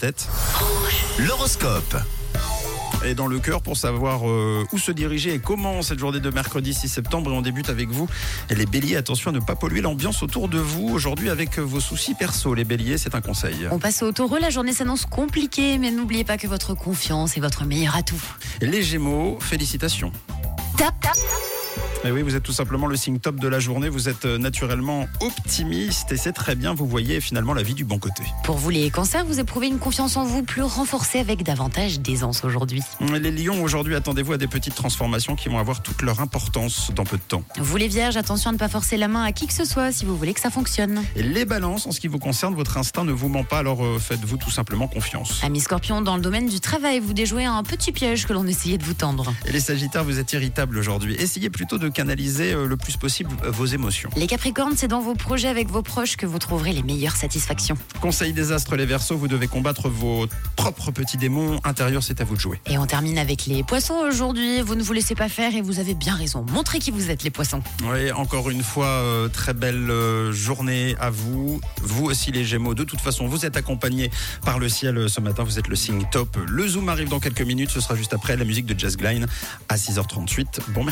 tête. L'horoscope. Et dans le cœur pour savoir où se diriger et comment cette journée de mercredi 6 septembre. Et on débute avec vous, les béliers. Attention à ne pas polluer l'ambiance autour de vous aujourd'hui avec vos soucis perso. Les béliers, c'est un conseil. On passe au taureau, la journée s'annonce compliquée, mais n'oubliez pas que votre confiance est votre meilleur atout. Les gémeaux, félicitations. Tap, tap. Et oui, vous êtes tout simplement le signe top de la journée. Vous êtes naturellement optimiste et c'est très bien. Vous voyez finalement la vie du bon côté. Pour vous les cancers, vous éprouvez une confiance en vous plus renforcée avec davantage d'aisance aujourd'hui. Les lions, aujourd'hui, attendez-vous à des petites transformations qui vont avoir toute leur importance dans peu de temps. Vous les vierges, attention à ne pas forcer la main à qui que ce soit si vous voulez que ça fonctionne. Et les balances, en ce qui vous concerne, votre instinct ne vous ment pas, alors faites-vous tout simplement confiance. Amis scorpions, dans le domaine du travail, vous déjouez un petit piège que l'on essayait de vous tendre. Et les sagittaires, vous êtes irritables aujourd'hui. Essayez plutôt de canaliser le plus possible vos émotions. Les capricornes, c'est dans vos projets avec vos proches que vous trouverez les meilleures satisfactions. Conseil des astres, les verseaux, vous devez combattre vos propres petits démons intérieurs, c'est à vous de jouer. Et on termine avec les poissons aujourd'hui. Vous ne vous laissez pas faire et vous avez bien raison. Montrez qui vous êtes, les poissons. Oui, encore une fois, très belle journée à vous. Vous aussi les Gémeaux. De toute façon, vous êtes accompagnés par le ciel ce matin. Vous êtes le signe top. Le Zoom arrive dans quelques minutes. Ce sera juste après la musique de Jazz Glein à 6h38. Bon